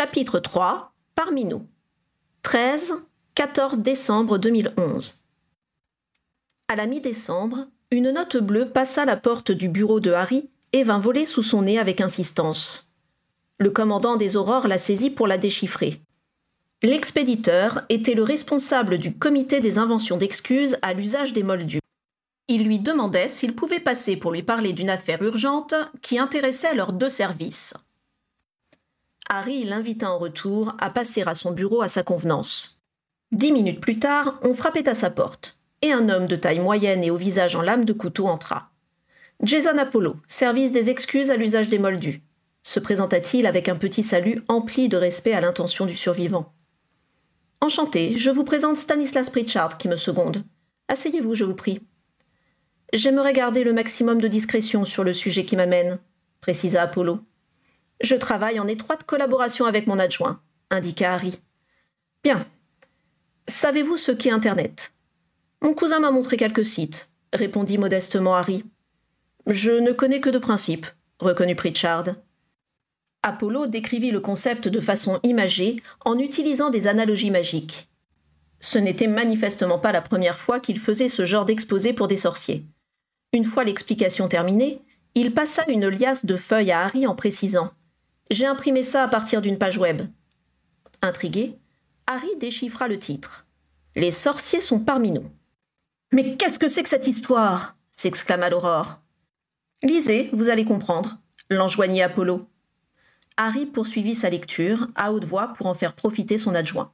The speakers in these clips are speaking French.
Chapitre 3. Parmi nous. 13-14 décembre 2011. À la mi-décembre, une note bleue passa la porte du bureau de Harry et vint voler sous son nez avec insistance. Le commandant des Aurores la saisit pour la déchiffrer. L'expéditeur était le responsable du comité des inventions d'excuses à l'usage des Moldus. Il lui demandait s'il pouvait passer pour lui parler d'une affaire urgente qui intéressait leurs deux services. Harry l'invita en retour à passer à son bureau à sa convenance. 10 minutes plus tard, on frappait à sa porte, et un homme de taille moyenne et au visage en lame de couteau entra. « Jason Apollo, service des excuses à l'usage des Moldus », se présenta-t-il avec un petit salut empli de respect à l'intention du survivant. « Enchanté, je vous présente Stanislas Pritchard qui me seconde. Asseyez-vous, je vous prie. »« J'aimerais garder le maximum de discrétion sur le sujet qui m'amène, » précisa Apollo. « Je travaille en étroite collaboration avec mon adjoint, » indiqua Harry. « Bien. Savez-vous ce qu'est Internet ? » « Mon cousin m'a montré quelques sites, » répondit modestement Harry. « Je ne connais que de principe, » reconnut Pritchard. Apollo décrivit le concept de façon imagée en utilisant des analogies magiques. Ce n'était manifestement pas la première fois qu'il faisait ce genre d'exposé pour des sorciers. Une fois l'explication terminée, il passa une liasse de feuilles à Harry en précisant « J'ai imprimé ça à partir d'une page web. » Intrigué, Harry déchiffra le titre. « Les sorciers sont parmi nous. » « Mais qu'est-ce que c'est que cette histoire ?» s'exclama l'Aurore. « Lisez, vous allez comprendre » l'enjoignit Apollo. Harry poursuivit sa lecture, à haute voix pour en faire profiter son adjoint.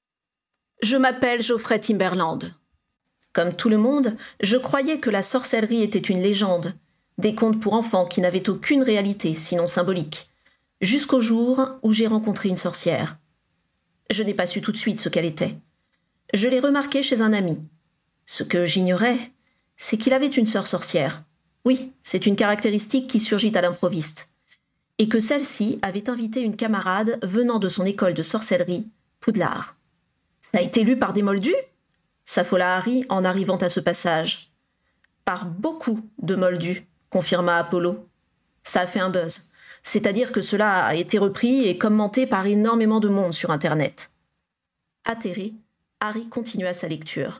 « Je m'appelle Geoffrey Timberland. Comme tout le monde, je croyais que la sorcellerie était une légende, des contes pour enfants qui n'avaient aucune réalité, sinon symbolique, jusqu'au jour où j'ai rencontré une sorcière. Je n'ai pas su tout de suite ce qu'elle était. Je l'ai remarquée chez un ami. Ce que j'ignorais, c'est qu'il avait une sœur sorcière. Oui, c'est une caractéristique qui surgit à l'improviste. Et que celle-ci avait invité une camarade venant de son école de sorcellerie, Poudlard. « Ça a été lu par des Moldus ?» s'affola Harry en arrivant à ce passage. « Par beaucoup de Moldus », confirma Apollo. « Ça a fait un buzz. C'est-à-dire que cela a été repris et commenté par énormément de monde sur Internet. » Atterré, Harry continua sa lecture.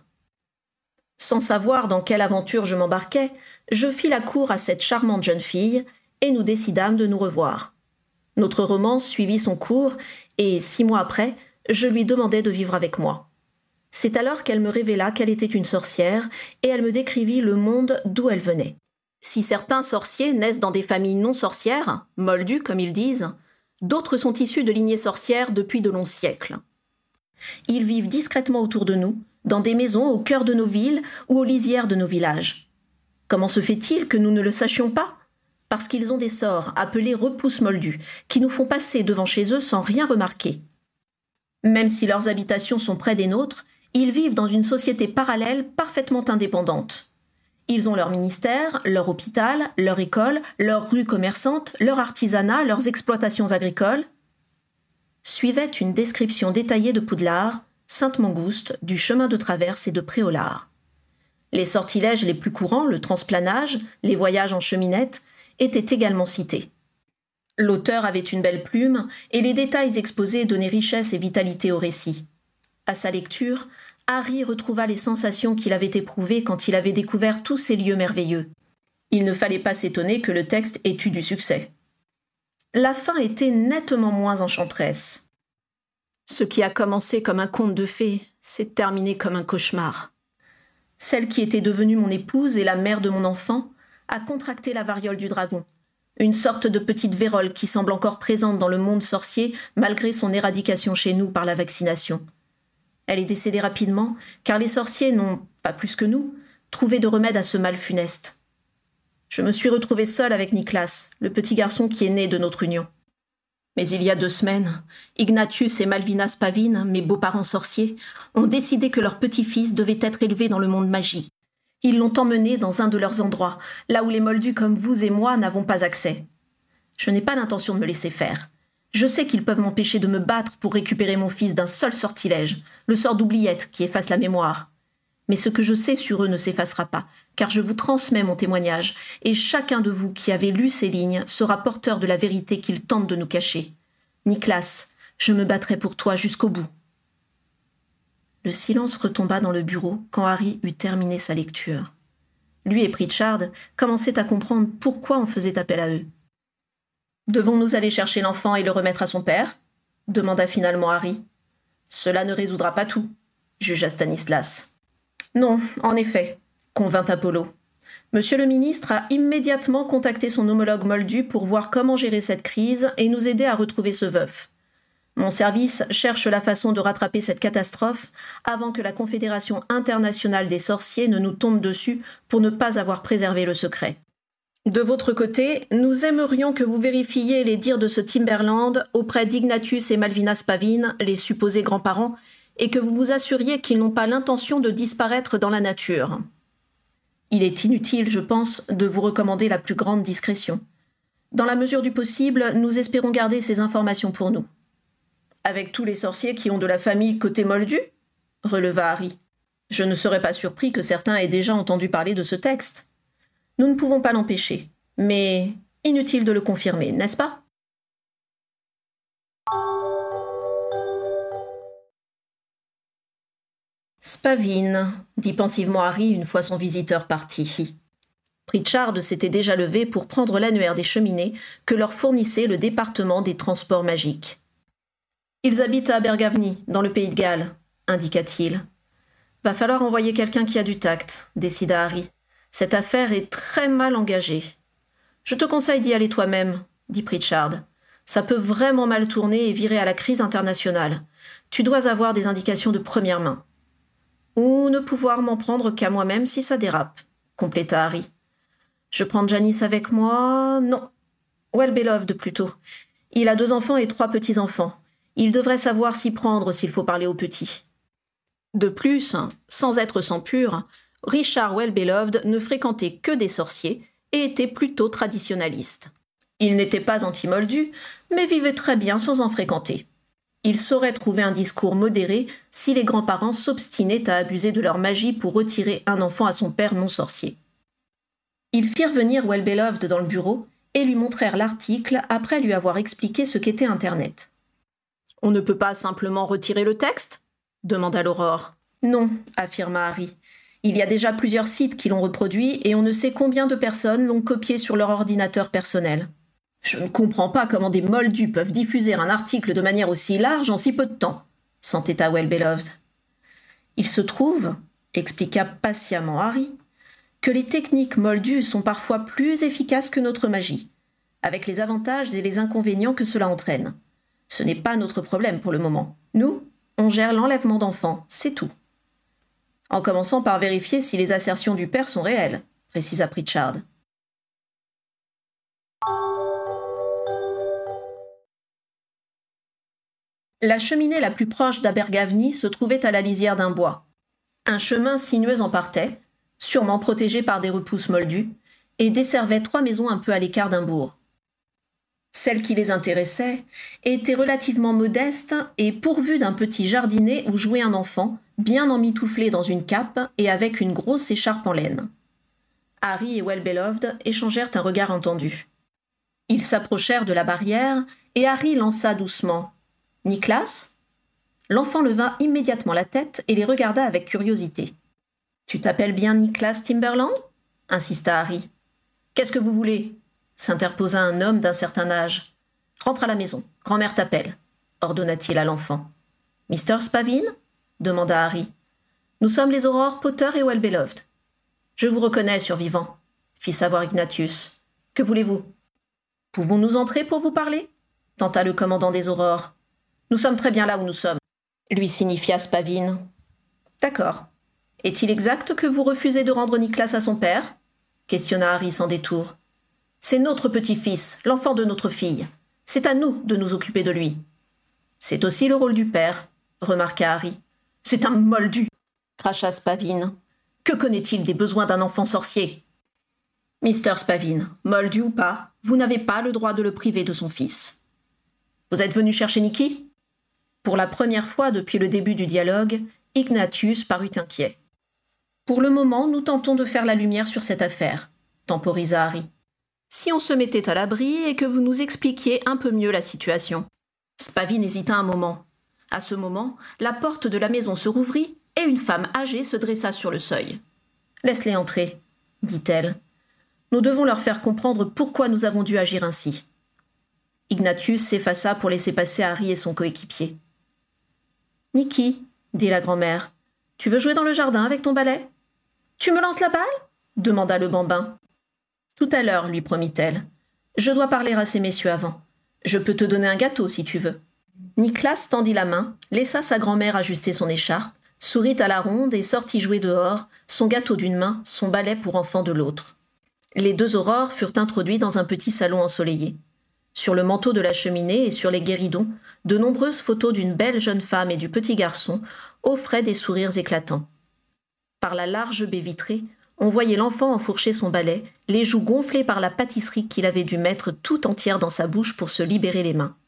Sans savoir dans quelle aventure je m'embarquais, je fis la cour à cette charmante jeune fille et nous décidâmes de nous revoir. Notre romance suivit son cours et, 6 mois après, je lui demandai de vivre avec moi. C'est alors qu'elle me révéla qu'elle était une sorcière et elle me décrivit le monde d'où elle venait. Si certains sorciers naissent dans des familles non sorcières, moldus comme ils disent, d'autres sont issus de lignées sorcières depuis de longs siècles. Ils vivent discrètement autour de nous, dans des maisons au cœur de nos villes ou aux lisières de nos villages. Comment se fait-il que nous ne le sachions pas ? Parce qu'ils ont des sorts appelés repousses moldus, qui nous font passer devant chez eux sans rien remarquer. Même si leurs habitations sont près des nôtres, ils vivent dans une société parallèle parfaitement indépendante. Ils ont leur ministère, leur hôpital, leur école, leur rue commerçante, leur artisanat, leurs exploitations agricoles. Suivait une description détaillée de Poudlard, Sainte-Mangouste, du chemin de traverse et de Préolard. Les sortilèges les plus courants, le transplanage, les voyages en cheminette, étaient également cités. L'auteur avait une belle plume et les détails exposés donnaient richesse et vitalité au récit. À sa lecture, Harry retrouva les sensations qu'il avait éprouvées quand il avait découvert tous ces lieux merveilleux. Il ne fallait pas s'étonner que le texte ait eu du succès. La fin était nettement moins enchanteresse. Ce qui a commencé comme un conte de fées s'est terminé comme un cauchemar. Celle qui était devenue mon épouse et la mère de mon enfant a contracté la variole du dragon, une sorte de petite vérole qui semble encore présente dans le monde sorcier malgré son éradication chez nous par la vaccination. Elle est décédée rapidement car les sorciers n'ont, pas plus que nous, trouvé de remède à ce mal funeste. Je me suis retrouvée seule avec Niklas, le petit garçon qui est né de notre union. Mais il y a 2 semaines, Ignatius et Malvina Spavin, mes beaux-parents sorciers, ont décidé que leur petit-fils devait être élevé dans le monde magique. Ils l'ont emmené dans un de leurs endroits, là où les moldus comme vous et moi n'avons pas accès. Je n'ai pas l'intention de me laisser faire. Je sais qu'ils peuvent m'empêcher de me battre pour récupérer mon fils d'un seul sortilège, le sort d'oubliette qui efface la mémoire. Mais ce que je sais sur eux ne s'effacera pas, car je vous transmets mon témoignage, et chacun de vous qui avez lu ces lignes sera porteur de la vérité qu'ils tentent de nous cacher. Niklas, Je me battrai pour toi jusqu'au bout. » Le silence retomba dans le bureau quand Harry eut terminé sa lecture. Lui et Pritchard commençaient à comprendre pourquoi on faisait appel à eux. « Devons-nous aller chercher l'enfant et le remettre à son père ?» demanda finalement Harry. « Cela ne résoudra pas tout, » jugea Stanislas. « Non, en effet, » convint Apollo. « Monsieur le ministre a immédiatement contacté son homologue moldu pour voir comment gérer cette crise et nous aider à retrouver ce veuf. Mon service cherche la façon de rattraper cette catastrophe avant que la Confédération internationale des sorciers ne nous tombe dessus pour ne pas avoir préservé le secret. De votre côté, nous aimerions que vous vérifiiez les dires de ce Timberland auprès d'Ignatius et Malvina Spavin, les supposés grands-parents, et que vous vous assuriez qu'ils n'ont pas l'intention de disparaître dans la nature. Il est inutile, je pense, de vous recommander la plus grande discrétion. Dans la mesure du possible, nous espérons garder ces informations pour nous. » « Avec tous les sorciers qui ont de la famille côté moldu ?» releva Harry. « Je ne serais pas surpris que certains aient déjà entendu parler de ce texte. Nous ne pouvons pas l'empêcher, mais inutile de le confirmer, n'est-ce pas ?» « Spavin, » dit pensivement Harry une fois son visiteur parti. Pritchard s'était déjà levé pour prendre l'annuaire des cheminées que leur fournissait le département des transports magiques. « Ils habitent à Abergavenny, dans le pays de Galles, » indiqua-t-il. « Va falloir envoyer quelqu'un qui a du tact, » décida Harry. « Cette affaire est très mal engagée. »« Je te conseille d'y aller toi-même, » dit Pritchard. « Ça peut vraiment mal tourner et virer à la crise internationale. Tu dois avoir des indications de première main. »« Ou ne pouvoir m'en prendre qu'à moi-même si ça dérape, » compléta Harry. « Je prends Janice avec moi ? Non. Well-Beloved plutôt. Il a 2 enfants et 3 petits-enfants. Il devrait savoir s'y prendre s'il faut parler aux petits. De plus, sans être sang pur, Richard Well-Beloved ne fréquentait que des sorciers et était plutôt traditionnaliste. Il n'était pas anti-moldu, mais vivait très bien sans en fréquenter. Il saurait trouver un discours modéré si les grands-parents s'obstinaient à abuser de leur magie pour retirer un enfant à son père non sorcier. Ils firent venir Well-Beloved dans le bureau et lui montrèrent l'article après lui avoir expliqué ce qu'était Internet. « On ne peut pas simplement retirer le texte ?» demanda l'Aurore. « Non, » affirma Harry. « Il y a déjà plusieurs sites qui l'ont reproduit et on ne sait combien de personnes l'ont copié sur leur ordinateur personnel. Je ne comprends pas comment des moldus peuvent diffuser un article de manière aussi large en si peu de temps, » s'entêta Well-Beloved. « Il se trouve, » expliqua patiemment Harry, « que les techniques moldues sont parfois plus efficaces que notre magie, avec les avantages et les inconvénients que cela entraîne. Ce n'est pas notre problème pour le moment. Nous, on gère l'enlèvement d'enfants, c'est tout. » « En commençant par vérifier si les assertions du père sont réelles, » précisa Pritchard. La cheminée la plus proche d'Abergavenny se trouvait à la lisière d'un bois. Un chemin sinueux en partait, sûrement protégé par des repousses moldues, et desservait 3 maisons un peu à l'écart d'un bourg. Celle qui les intéressait était relativement modeste et pourvue d'un petit jardinet où jouait un enfant, bien emmitouflé dans une cape et avec une grosse écharpe en laine. Harry et Well-Beloved échangèrent un regard entendu. Ils s'approchèrent de la barrière et Harry lança doucement « Nicholas ?» L'enfant leva immédiatement la tête et les regarda avec curiosité. « Tu t'appelles bien Nicholas Timberland ?» insista Harry. « Qu'est-ce que vous voulez ?» s'interposa un homme d'un certain âge. « Rentre à la maison, grand-mère t'appelle » ordonna-t-il à l'enfant. « Mr. Spavin ?» demanda Harry. « Nous sommes les Aurores Potter et Well-Beloved. »« Je vous reconnais, survivant » fit savoir Ignatius. « Que voulez-vous ?»« Pouvons-nous entrer pour vous parler ?» tenta le commandant des Aurores. « Nous sommes très bien là où nous sommes » lui signifia Spavin. « D'accord. Est-il exact que vous refusez de rendre Nicholas à son père ?» questionna Harry sans détour. « C'est notre petit-fils, l'enfant de notre fille. C'est à nous de nous occuper de lui. »« C'est aussi le rôle du père, » remarqua Harry. « C'est un moldu !» cracha Spavin. « Que connaît-il des besoins d'un enfant sorcier ?»« Mister Spavin, moldu ou pas, vous n'avez pas le droit de le priver de son fils. »« Vous êtes venu chercher Nicky ?» Pour la première fois depuis le début du dialogue, Ignatius parut inquiet. « Pour le moment, nous tentons de faire la lumière sur cette affaire, » temporisa Harry. « Si on se mettait à l'abri et que vous nous expliquiez un peu mieux la situation. » Spavine hésita un moment. À ce moment, la porte de la maison se rouvrit et une femme âgée se dressa sur le seuil. « Laisse-les entrer, » dit-elle. « Nous devons leur faire comprendre pourquoi nous avons dû agir ainsi. » Ignatius s'effaça pour laisser passer Harry et son coéquipier. « Nicky, » dit la grand-mère, « tu veux jouer dans le jardin avec ton balai ?»« Tu me lances la balle ?» demanda le bambin. « Tout à l'heure, lui promit-elle. Je dois parler à ces messieurs avant. Je peux te donner un gâteau si tu veux. » Nicolas tendit la main, laissa sa grand-mère ajuster son écharpe, sourit à la ronde et sortit jouer dehors, son gâteau d'une main, son balai pour enfant de l'autre. Les deux aurores furent introduits dans un petit salon ensoleillé. Sur le manteau de la cheminée et sur les guéridons, de nombreuses photos d'une belle jeune femme et du petit garçon offraient des sourires éclatants. Par la large baie vitrée, on voyait l'enfant enfourcher son balai, les joues gonflées par la pâtisserie qu'il avait dû mettre tout entière dans sa bouche pour se libérer les mains.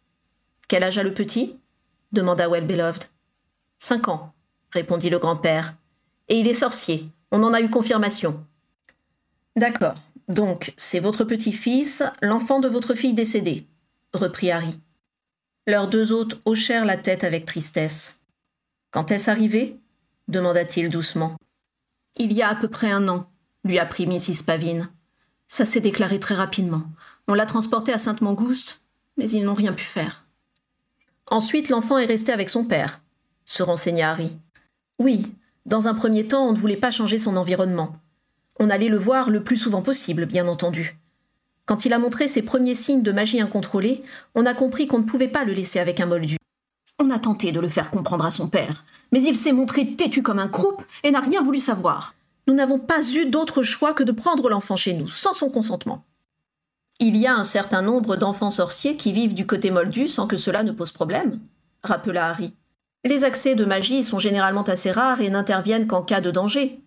« Quel âge a le petit ?» demanda Well-Beloved. « 5 ans, » répondit le grand-père. « Et il est sorcier, on en a eu confirmation. »« D'accord, donc c'est votre petit-fils, l'enfant de votre fille décédée, » reprit Harry. Leurs deux hôtes hochèrent la tête avec tristesse. « Quand est-ce arrivé ?» demanda-t-il doucement. « Il y a à peu près 1 an, » lui apprit Mrs. Spavin. « Ça s'est déclaré très rapidement. On l'a transporté à Sainte-Mangouste, mais ils n'ont rien pu faire. » Ensuite, l'enfant est resté avec son père, se renseigna Harry. Oui, dans un premier temps, on ne voulait pas changer son environnement. On allait le voir le plus souvent possible, bien entendu. Quand il a montré ses premiers signes de magie incontrôlée, on a compris qu'on ne pouvait pas le laisser avec un moldu. On a tenté de le faire comprendre à son père, mais il s'est montré têtu comme un croup et n'a rien voulu savoir. Nous n'avons pas eu d'autre choix que de prendre l'enfant chez nous, sans son consentement. Il y a un certain nombre d'enfants sorciers qui vivent du côté moldu sans que cela ne pose problème, rappela Harry. Les accès de magie sont généralement assez rares et n'interviennent qu'en cas de danger.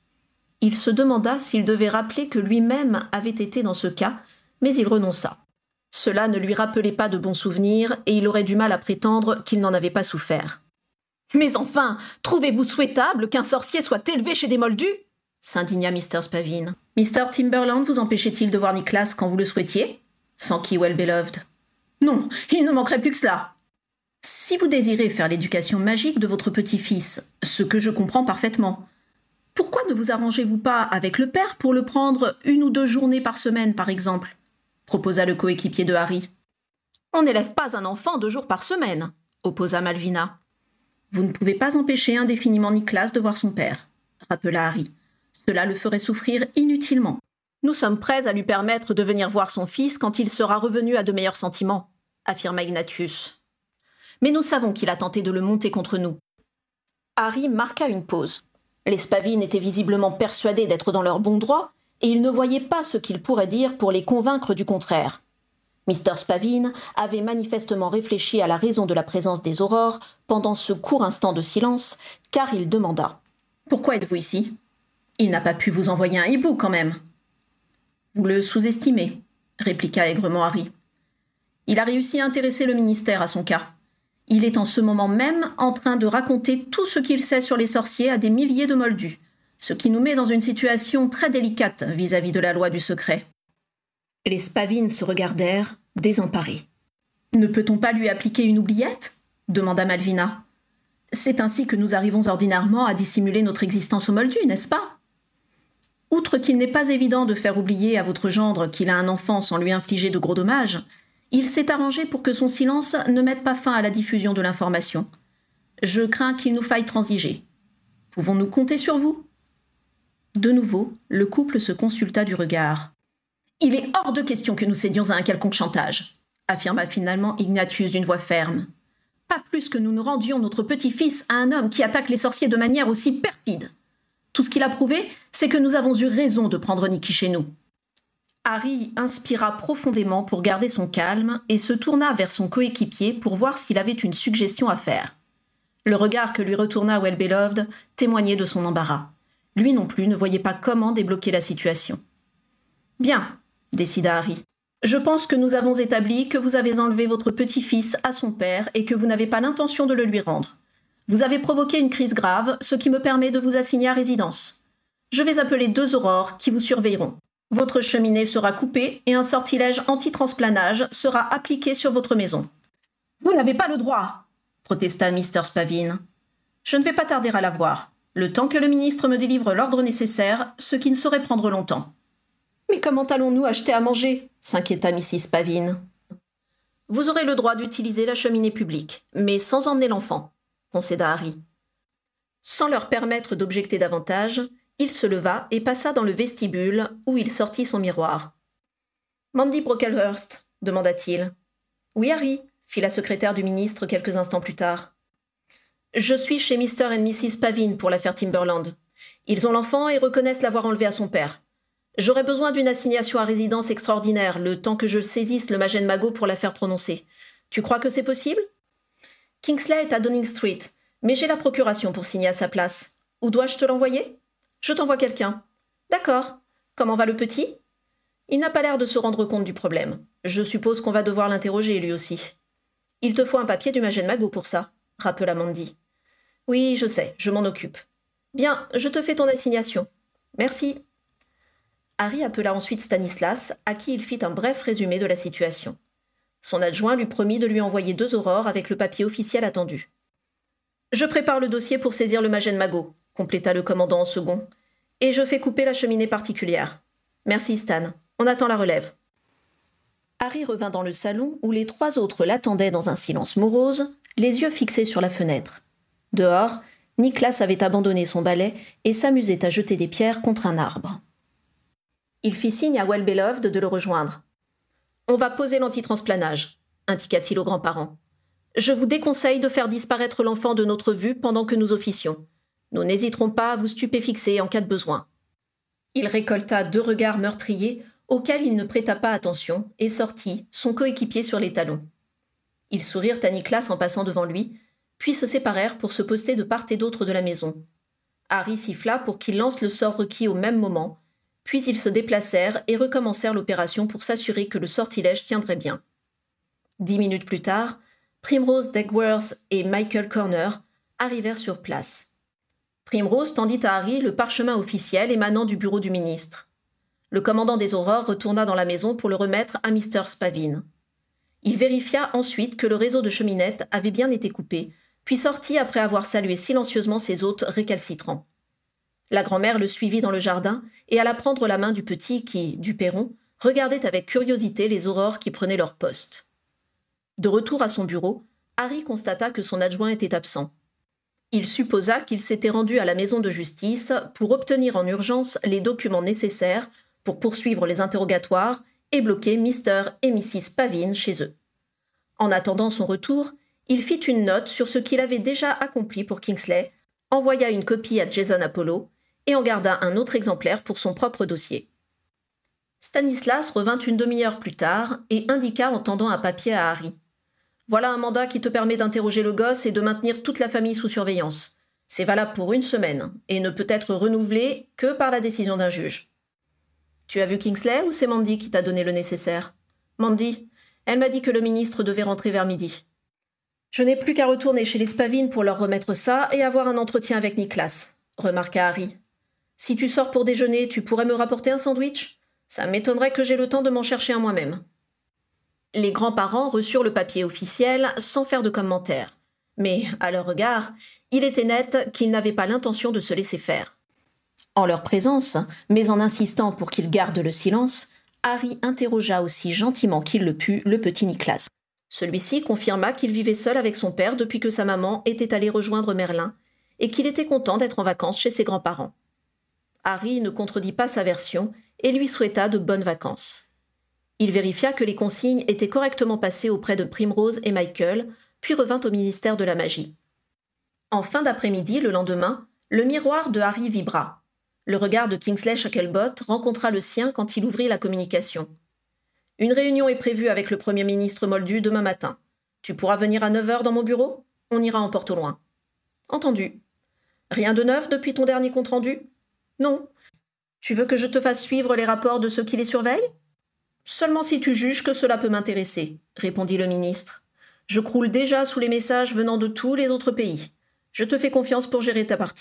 Il se demanda s'il devait rappeler que lui-même avait été dans ce cas, mais il renonça. Cela ne lui rappelait pas de bons souvenirs et il aurait du mal à prétendre qu'il n'en avait pas souffert. « Mais enfin, trouvez-vous souhaitable qu'un sorcier soit élevé chez des moldus ?» s'indigna Mr. Spavin. « Mr. Timberland vous empêchait-il de voir Nicolas quand vous le souhaitiez ?» s'enquit Well-Beloved. « Non, il ne manquerait plus que cela. Si vous désirez faire l'éducation magique de votre petit-fils, ce que je comprends parfaitement, pourquoi ne vous arrangez-vous pas avec le père pour le prendre 1 ou 2 journées par semaine, par exemple ?» proposa le coéquipier de Harry. « On n'élève pas un enfant 2 jours par semaine, » opposa Malvina. « Vous ne pouvez pas empêcher indéfiniment Nicolas de voir son père, » rappela Harry. « Cela le ferait souffrir inutilement. Nous sommes prêts à lui permettre de venir voir son fils quand il sera revenu à de meilleurs sentiments, » affirma Ignatius. « Mais nous savons qu'il a tenté de le monter contre nous. » Harry marqua une pause. Les Spavin étaient visiblement persuadés d'être dans leur bon droit et ils ne voyaient pas ce qu'ils pourraient dire pour les convaincre du contraire. Mr. Spavin avait manifestement réfléchi à la raison de la présence des aurores pendant ce court instant de silence, car il demanda « Pourquoi êtes-vous ici ? Il n'a pas pu vous envoyer un hibou quand même. »« Vous le sous-estimez, » répliqua aigrement Harry. « Il a réussi à intéresser le ministère à son cas. Il est en ce moment même en train de raconter tout ce qu'il sait sur les sorciers à des milliers de moldus, ce qui nous met dans une situation très délicate vis-à-vis de la loi du secret. » Les Spavin se regardèrent, désemparés. « Ne peut-on pas lui appliquer une oubliette ?» demanda Malvina. « C'est ainsi que nous arrivons ordinairement à dissimuler notre existence au moldu, n'est-ce pas ? Outre qu'il n'est pas évident de faire oublier à votre gendre qu'il a un enfant sans lui infliger de gros dommages, il s'est arrangé pour que son silence ne mette pas fin à la diffusion de l'information. Je crains qu'il nous faille transiger. Pouvons-nous compter sur vous ?» De nouveau, le couple se consulta du regard. « Il est hors de question que nous cédions à un quelconque chantage, » affirma finalement Ignatius d'une voix ferme. « Pas plus que nous ne rendions notre petit-fils à un homme qui attaque les sorciers de manière aussi perfide. Tout ce qu'il a prouvé, c'est que nous avons eu raison de prendre Nicky chez nous. » Harry inspira profondément pour garder son calme et se tourna vers son coéquipier pour voir s'il avait une suggestion à faire. Le regard que lui retourna Well-Beloved témoignait de son embarras. Lui non plus ne voyait pas comment débloquer la situation. « Bien, » décida Harry. « Je pense que nous avons établi que vous avez enlevé votre petit-fils à son père et que vous n'avez pas l'intention de le lui rendre. Vous avez provoqué une crise grave, ce qui me permet de vous assigner à résidence. Je vais appeler 2 aurores qui vous surveilleront. Votre cheminée sera coupée et un sortilège anti-transplanage sera appliqué sur votre maison. Vous n'avez pas le droit, protesta Mr. Spavin. Je ne vais pas tarder à la voir, le temps que le ministre me délivre l'ordre nécessaire, ce qui ne saurait prendre longtemps. Mais comment allons-nous acheter à manger s'inquiéta Mrs. Spavin. Vous aurez le droit d'utiliser la cheminée publique, mais sans emmener l'enfant, concéda Harry. Sans leur permettre d'objecter davantage, il se leva et passa dans le vestibule où il sortit son miroir. « Mandy Brocklehurst » demanda-t-il. « Oui, Harry » fit la secrétaire du ministre quelques instants plus tard. « Je suis chez Mr. et Mrs. Spavin pour l'affaire Timberland. Ils ont l'enfant et reconnaissent l'avoir enlevé à son père. J'aurais besoin d'une assignation à résidence extraordinaire, le temps que je saisisse le Magen Mago pour la faire prononcer. Tu crois que c'est possible ? Kingsley est à Downing Street, mais j'ai la procuration pour signer à sa place. Où dois-je te l'envoyer ? Je t'envoie quelqu'un. D'accord. Comment va le petit ? Il n'a pas l'air de se rendre compte du problème. Je suppose qu'on va devoir l'interroger, lui aussi. Il te faut un papier du Magen Mago pour ça, rappela Mandy. Oui, je sais, je m'en occupe. Bien, je te fais ton assignation. Merci. Harry appela ensuite Stanislas, à qui il fit un bref résumé de la situation. Son adjoint lui promit de lui envoyer 2 aurores avec le papier officiel attendu. « Je prépare le dossier pour saisir le Magen Mago », compléta le commandant en second, « et je fais couper la cheminée particulière. Merci, Stan. On attend la relève. » Harry revint dans le salon où les 3 autres l'attendaient dans un silence morose, les yeux fixés sur la fenêtre. Dehors, Nicholas avait abandonné son balai et s'amusait à jeter des pierres contre un arbre. Il fit signe à Well-Beloved de le rejoindre. « On va poser l'antitransplanage », indiqua-t-il aux grands-parents. « Je vous déconseille de faire disparaître l'enfant de notre vue pendant que nous officions. Nous n'hésiterons pas à vous stupéfixer en cas de besoin. » Il récolta 2 regards meurtriers auxquels il ne prêta pas attention et sortit, son coéquipier sur les talons. Ils sourirent à Nicholas en passant devant lui, puis se séparèrent pour se poster de part et d'autre de la maison. Harry siffla pour qu'il lance le sort requis au même moment, puis ils se déplacèrent et recommencèrent l'opération pour s'assurer que le sortilège tiendrait bien. 10 minutes plus tard, Primrose Dagworth et Michael Corner arrivèrent sur place. Primrose tendit à Harry le parchemin officiel émanant du bureau du ministre. Le commandant des Aurores retourna dans la maison pour le remettre à Mr. Spavin. Il vérifia ensuite que le réseau de cheminettes avait bien été coupé, puis sortit après avoir salué silencieusement ses hôtes récalcitrants. La grand-mère le suivit dans le jardin et alla prendre la main du petit qui, du perron, regardait avec curiosité les Aurores qui prenaient leur poste. De retour à son bureau, Harry constata que son adjoint était absent. Il supposa qu'il s'était rendu à la maison de justice pour obtenir en urgence les documents nécessaires pour poursuivre les interrogatoires et bloquer Mr. et Mrs. Spavin chez eux. En attendant son retour, il fit une note sur ce qu'il avait déjà accompli pour Kingsley, envoya une copie à Jason Apollo et en garda un autre exemplaire pour son propre dossier. Stanislas revint une demi-heure plus tard et indiqua en tendant un papier à Harry. « Voilà un mandat qui te permet d'interroger le gosse et de maintenir toute la famille sous surveillance. C'est valable pour 1 semaine et ne peut être renouvelé que par la décision d'un juge. » « Tu as vu Kingsley ou c'est Mandy qui t'a donné le nécessaire ?»« Mandy. Elle m'a dit que le ministre devait rentrer vers midi. »« Je n'ai plus qu'à retourner chez les Spavin pour leur remettre ça et avoir un entretien avec Nicholas, » remarqua Harry. « Si tu sors pour déjeuner, tu pourrais me rapporter un sandwich ? Ça m'étonnerait que j'ai le temps de m'en chercher un moi-même. » Les grands-parents reçurent le papier officiel sans faire de commentaires. Mais, à leur regard, il était net qu'ils n'avaient pas l'intention de se laisser faire. En leur présence, mais en insistant pour qu'ils gardent le silence, Harry interrogea aussi gentiment qu'il le put le petit Nicholas. Celui-ci confirma qu'il vivait seul avec son père depuis que sa maman était allée rejoindre Merlin et qu'il était content d'être en vacances chez ses grands-parents. Harry ne contredit pas sa version et lui souhaita de bonnes vacances. Il vérifia que les consignes étaient correctement passées auprès de Primrose et Michael, puis revint au ministère de la Magie. En fin d'après-midi, le lendemain, le miroir de Harry vibra. Le regard de Kingsley Shacklebolt rencontra le sien quand il ouvrit la communication. « Une réunion est prévue avec le Premier ministre Moldu demain matin. Tu pourras venir à 9h dans mon bureau ? On ira en porte au loin. »« Entendu. » « Rien de neuf depuis ton dernier compte-rendu ? » ?»« Non. »« Tu veux que je te fasse suivre les rapports de ceux qui les surveillent ? » ?»« Seulement si tu juges que cela peut m'intéresser, » répondit le ministre. « Je croule déjà sous les messages venant de tous les autres pays. Je te fais confiance pour gérer ta partie. »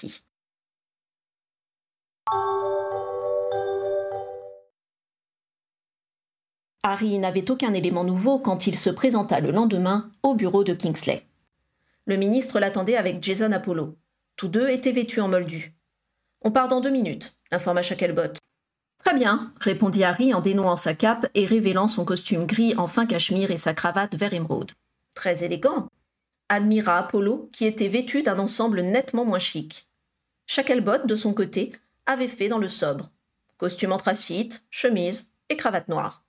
Harry n'avait aucun élément nouveau quand il se présenta le lendemain au bureau de Kingsley. Le ministre l'attendait avec Jason Apollo. Tous deux étaient vêtus en moldu. « On part dans 2 minutes », l'informa Shacklebot. « Très bien », répondit Harry en dénouant sa cape et révélant son costume gris en fin cachemire et sa cravate vert émeraude. « Très élégant », admira Apollo, qui était vêtu d'un ensemble nettement moins chic. Shacklebot, de son côté, avait fait dans le sobre. Costume anthracite, chemise et cravate noire.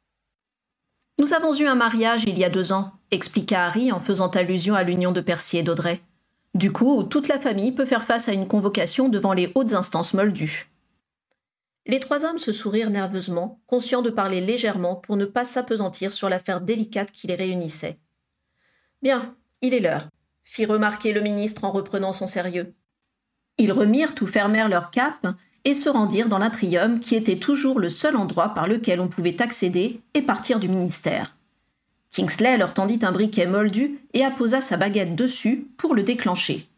« Nous avons eu un mariage il y a 2 ans, expliqua Harry en faisant allusion à l'union de Percy et d'Audrey. Du coup, toute la famille peut faire face à une convocation devant les hautes instances moldues. Les 3 hommes se sourirent nerveusement, conscients de parler légèrement pour ne pas s'appesantir sur l'affaire délicate qui les réunissait. « Bien, il est l'heure », fit remarquer le ministre en reprenant son sérieux. Ils remirent ou fermèrent leurs capes et se rendirent dans l'atrium qui était toujours le seul endroit par lequel on pouvait accéder et partir du ministère. Kingsley leur tendit un briquet moldu et apposa sa baguette dessus pour le déclencher.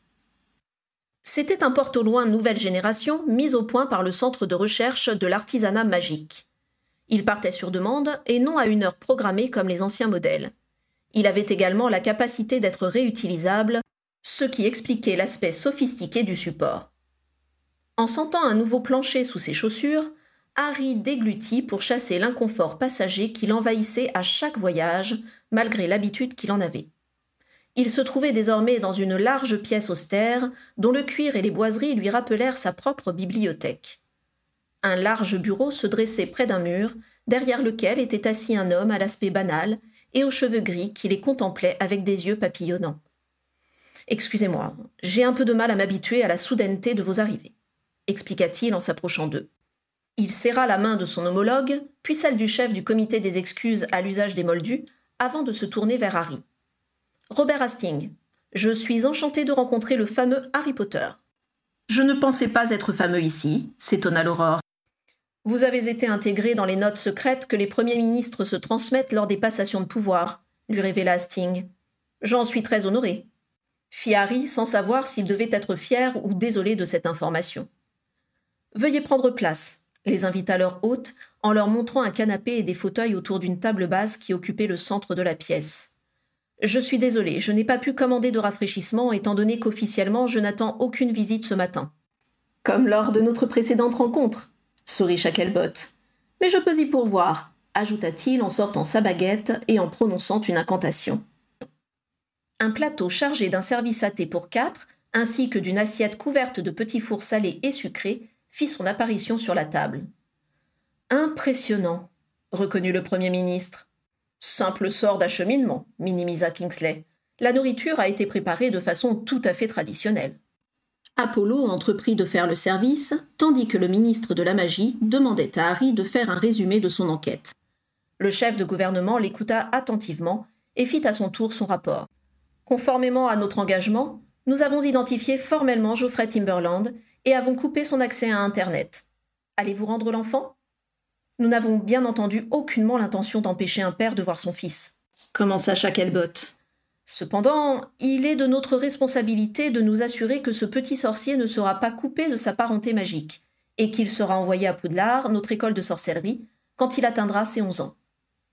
C'était un porte-au-loin nouvelle génération mis au point par le Centre de recherche de l'artisanat magique. Il partait sur demande et non à une heure programmée comme les anciens modèles. Il avait également la capacité d'être réutilisable, ce qui expliquait l'aspect sophistiqué du support. En sentant un nouveau plancher sous ses chaussures, Harry déglutit pour chasser l'inconfort passager qui l'envahissait à chaque voyage, malgré l'habitude qu'il en avait. Il se trouvait désormais dans une large pièce austère, dont le cuir et les boiseries lui rappelèrent sa propre bibliothèque. Un large bureau se dressait près d'un mur, derrière lequel était assis un homme à l'aspect banal et aux cheveux gris qui les contemplait avec des yeux papillonnants. « Excusez-moi, j'ai un peu de mal à m'habituer à la soudaineté de vos arrivées », expliqua-t-il en s'approchant d'eux. Il serra la main de son homologue, puis celle du chef du comité des excuses à l'usage des moldus, avant de se tourner vers Harry. « Robert Hastings, je suis enchanté de rencontrer le fameux Harry Potter. »« Je ne pensais pas être fameux ici, » s'étonna l'Aurore. « Vous avez été intégré dans les notes secrètes que les premiers ministres se transmettent lors des passations de pouvoir, » lui révéla Hastings. « J'en suis très honoré. » fit Harry sans savoir s'il devait être fier ou désolé de cette information. « Veuillez prendre place », les invita leur hôte en leur montrant un canapé et des fauteuils autour d'une table basse qui occupait le centre de la pièce. « Je suis désolé, je n'ai pas pu commander de rafraîchissement étant donné qu'officiellement je n'attends aucune visite ce matin. »« Comme lors de notre précédente rencontre », sourit Shacklebot. « Mais je peux y pourvoir », ajouta-t-il en sortant sa baguette et en prononçant une incantation. Un plateau chargé d'un service à thé pour 4, ainsi que d'une assiette couverte de petits fours salés et sucrés, fit son apparition sur la table. « Impressionnant », reconnut le Premier ministre. « Simple sort d'acheminement », minimisa Kingsley. « La nourriture a été préparée de façon tout à fait traditionnelle. » Apollo entreprit de faire le service, tandis que le ministre de la Magie demandait à Harry de faire un résumé de son enquête. Le chef de gouvernement l'écouta attentivement et fit à son tour son rapport. Conformément à notre engagement, nous avons identifié formellement Geoffrey Timberland et avons coupé son accès à Internet. Allez-vous rendre l'enfant ? Nous n'avons bien entendu aucunement l'intention d'empêcher un père de voir son fils, commença Shacklebot. Cependant, il est de notre responsabilité de nous assurer que ce petit sorcier ne sera pas coupé de sa parenté magique et qu'il sera envoyé à Poudlard, notre école de sorcellerie, quand il atteindra ses 11 ans.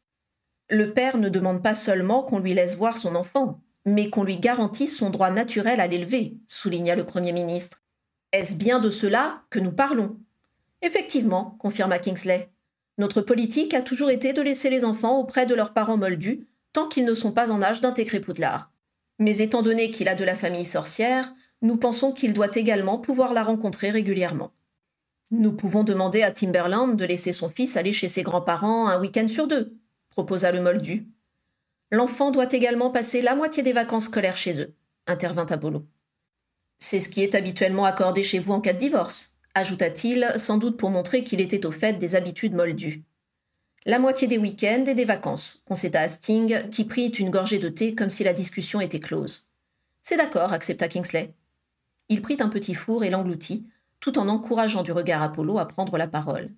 Le père ne demande pas seulement qu'on lui laisse voir son enfant, mais qu'on lui garantisse son droit naturel à l'élever, souligna le Premier ministre. Est-ce bien de cela que nous parlons ? Effectivement, confirma Kingsley. Notre politique a toujours été de laisser les enfants auprès de leurs parents moldus, tant qu'ils ne sont pas en âge d'intégrer Poudlard. Mais étant donné qu'il a de la famille sorcière, nous pensons qu'il doit également pouvoir la rencontrer régulièrement. Nous pouvons demander à Timberland de laisser son fils aller chez ses grands-parents un week-end sur 2, proposa le moldu. L'enfant doit également passer la moitié des vacances scolaires chez eux, intervint Apollo. C'est ce qui est habituellement accordé chez vous en cas de divorce, ajouta-t-il, sans doute pour montrer qu'il était au fait des habitudes moldues. La moitié des week-ends et des vacances, concéda Hastings, qui prit une gorgée de thé comme si la discussion était close. C'est d'accord, accepta Kingsley. Il prit un petit four et l'engloutit, tout en encourageant du regard Apollo à prendre la parole.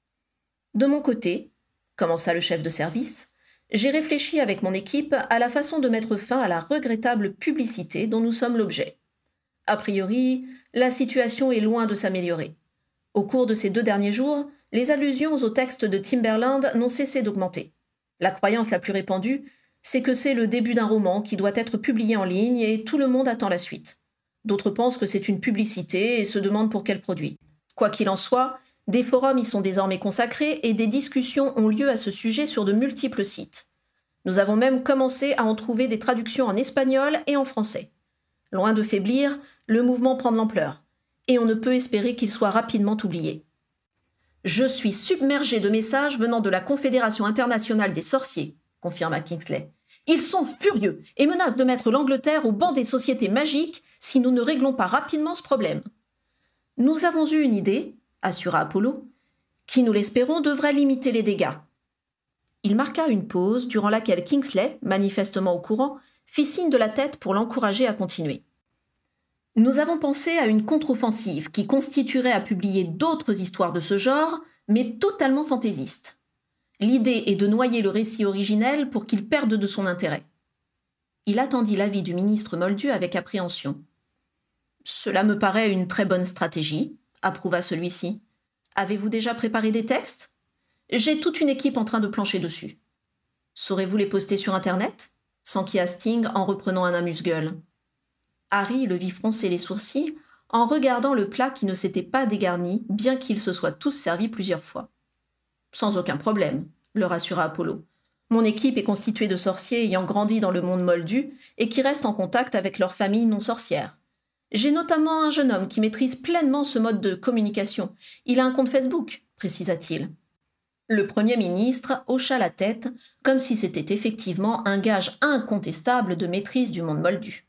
De mon côté, commença le chef de service, j'ai réfléchi avec mon équipe à la façon de mettre fin à la regrettable publicité dont nous sommes l'objet. A priori, la situation est loin de s'améliorer. Au cours de ces 2 derniers jours, les allusions au texte de Timberland n'ont cessé d'augmenter. La croyance la plus répandue, c'est que c'est le début d'un roman qui doit être publié en ligne et tout le monde attend la suite. D'autres pensent que c'est une publicité et se demandent pour quel produit. Quoi qu'il en soit, des forums y sont désormais consacrés et des discussions ont lieu à ce sujet sur de multiples sites. Nous avons même commencé à en trouver des traductions en espagnol et en français. Loin de faiblir, le mouvement prend de l'ampleur, et on ne peut espérer qu'il soit rapidement oublié. Je suis submergé de messages venant de la Confédération internationale des sorciers, confirma Kingsley. Ils sont furieux et menacent de mettre l'Angleterre au banc des sociétés magiques si nous ne réglons pas rapidement ce problème. Nous avons eu une idée, assura Apollo, qui, nous l'espérons, devrait limiter les dégâts. Il marqua une pause durant laquelle Kingsley, manifestement au courant, fit signe de la tête pour l'encourager à continuer. Nous avons pensé à une contre-offensive qui constituerait à publier d'autres histoires de ce genre, mais totalement fantaisistes. L'idée est de noyer le récit originel pour qu'il perde de son intérêt. Il attendit l'avis du ministre Moldu avec appréhension. « Cela me paraît une très bonne stratégie », approuva celui-ci. « Avez-vous déjà préparé des textes ? J'ai toute une équipe en train de plancher dessus. » « Saurez-vous les poster sur Internet ?» s'enquit Hastings en reprenant un amuse-gueule. Harry le vit froncer les sourcils en regardant le plat qui ne s'était pas dégarni, bien qu'ils se soient tous servis plusieurs fois. « Sans aucun problème », le rassura Apollo. « Mon équipe est constituée de sorciers ayant grandi dans le monde moldu et qui restent en contact avec leurs familles non sorcières. J'ai notamment un jeune homme qui maîtrise pleinement ce mode de communication. Il a un compte Facebook, précisa-t-il. Le Premier ministre hocha la tête, comme si c'était effectivement un gage incontestable de maîtrise du monde moldu.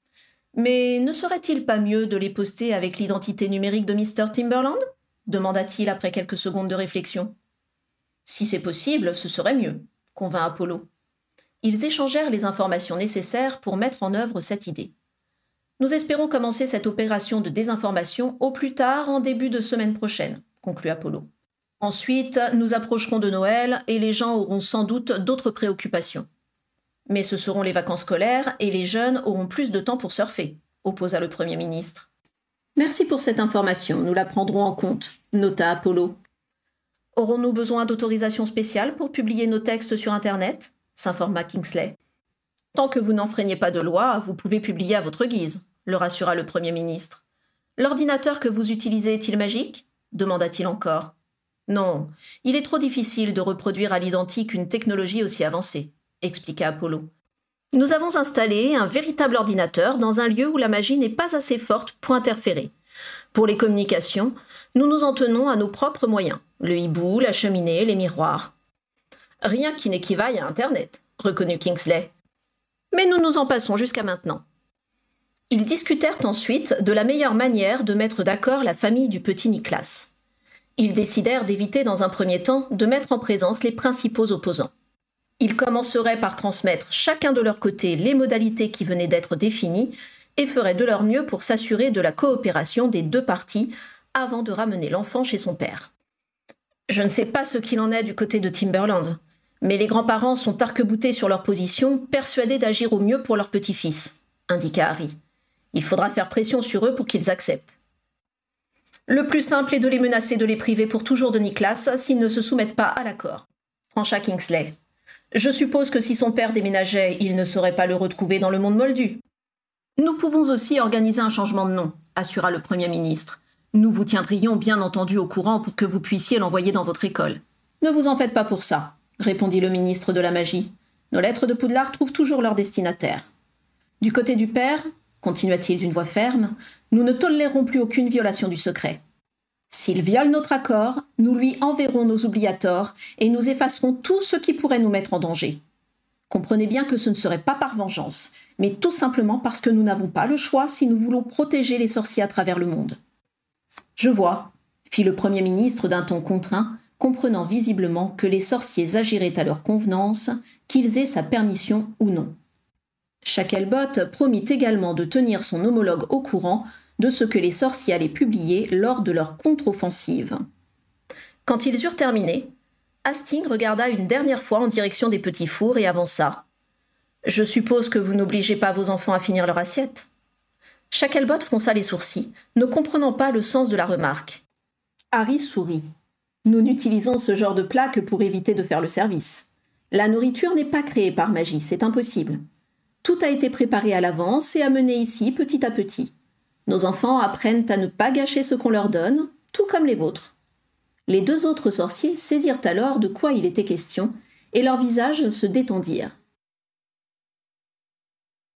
Mais ne serait-il pas mieux de les poster avec l'identité numérique de Mr. Timberland ? Demanda-t-il après quelques secondes de réflexion. Si c'est possible, ce serait mieux, convint Apollo. Ils échangèrent les informations nécessaires pour mettre en œuvre cette idée. Nous espérons commencer cette opération de désinformation au plus tard en début de semaine prochaine, conclut Apollo. Ensuite, nous approcherons de Noël et les gens auront sans doute d'autres préoccupations. Mais ce seront les vacances scolaires et les jeunes auront plus de temps pour surfer, opposa le Premier ministre. Merci pour cette information, nous la prendrons en compte, nota Apollo. Aurons-nous besoin d'autorisation spéciale pour publier nos textes sur Internet ? S'informa Kingsley. Tant que vous n'enfreignez pas de loi, vous pouvez publier à votre guise, le rassura le Premier ministre. L'ordinateur que vous utilisez est-il magique ? Demanda-t-il encore. Non, il est trop difficile de reproduire à l'identique une technologie aussi avancée, expliqua Apollo. Nous avons installé un véritable ordinateur dans un lieu où la magie n'est pas assez forte pour interférer. Pour les communications, nous nous en tenons à nos propres moyens, le hibou, la cheminée, les miroirs. Rien qui n'équivaille à Internet, reconnut Kingsley. Mais nous nous en passons jusqu'à maintenant. Ils discutèrent ensuite de la meilleure manière de mettre d'accord la famille du petit Nicholas. Ils décidèrent d'éviter dans un premier temps de mettre en présence les principaux opposants. Ils commenceraient par transmettre chacun de leur côté les modalités qui venaient d'être définies et feraient de leur mieux pour s'assurer de la coopération des deux parties avant de ramener l'enfant chez son père. Je ne sais pas ce qu'il en est du côté de Timberland, mais les grands-parents sont arc-boutés sur leur position, persuadés d'agir au mieux pour leur petit-fils, indiqua Harry. Il faudra faire pression sur eux pour qu'ils acceptent. Le plus simple est de les menacer de les priver pour toujours de Nicholas s'ils ne se soumettent pas à l'accord, trancha Kingsley. Je suppose que si son père déménageait, il ne saurait pas le retrouver dans le monde moldu. Nous pouvons aussi organiser un changement de nom, assura le Premier ministre. Nous vous tiendrions bien entendu au courant pour que vous puissiez l'envoyer dans votre école. Ne vous en faites pas pour ça, répondit le ministre de la Magie. Nos lettres de Poudlard trouvent toujours leur destinataire. Du côté du père, continua-t-il d'une voix ferme, nous ne tolérerons plus aucune violation du secret. S'il viole notre accord, nous lui enverrons nos oubliators et nous effacerons tout ce qui pourrait nous mettre en danger. Comprenez bien que ce ne serait pas par vengeance, mais tout simplement parce que nous n'avons pas le choix si nous voulons protéger les sorciers à travers le monde. Je vois, fit le Premier ministre d'un ton contraint, comprenant visiblement que les sorciers agiraient à leur convenance, qu'ils aient sa permission ou non. Shacklebot promit également de tenir son homologue au courant de ce que les sorciers allaient publier lors de leur contre-offensive. Quand ils eurent terminé, Hastings regarda une dernière fois en direction des petits fours et avança. « Je suppose que vous n'obligez pas vos enfants à finir leur assiette ?» Shacklebot fronça les sourcils, ne comprenant pas le sens de la remarque. Harry sourit. « Nous n'utilisons ce genre de plat que pour éviter de faire le service. La nourriture n'est pas créée par magie, c'est impossible. Tout a été préparé à l'avance et amené ici petit à petit. Nos enfants apprennent à ne pas gâcher ce qu'on leur donne, tout comme les vôtres. » Les deux autres sorciers saisirent alors de quoi il était question, et leurs visages se détendirent.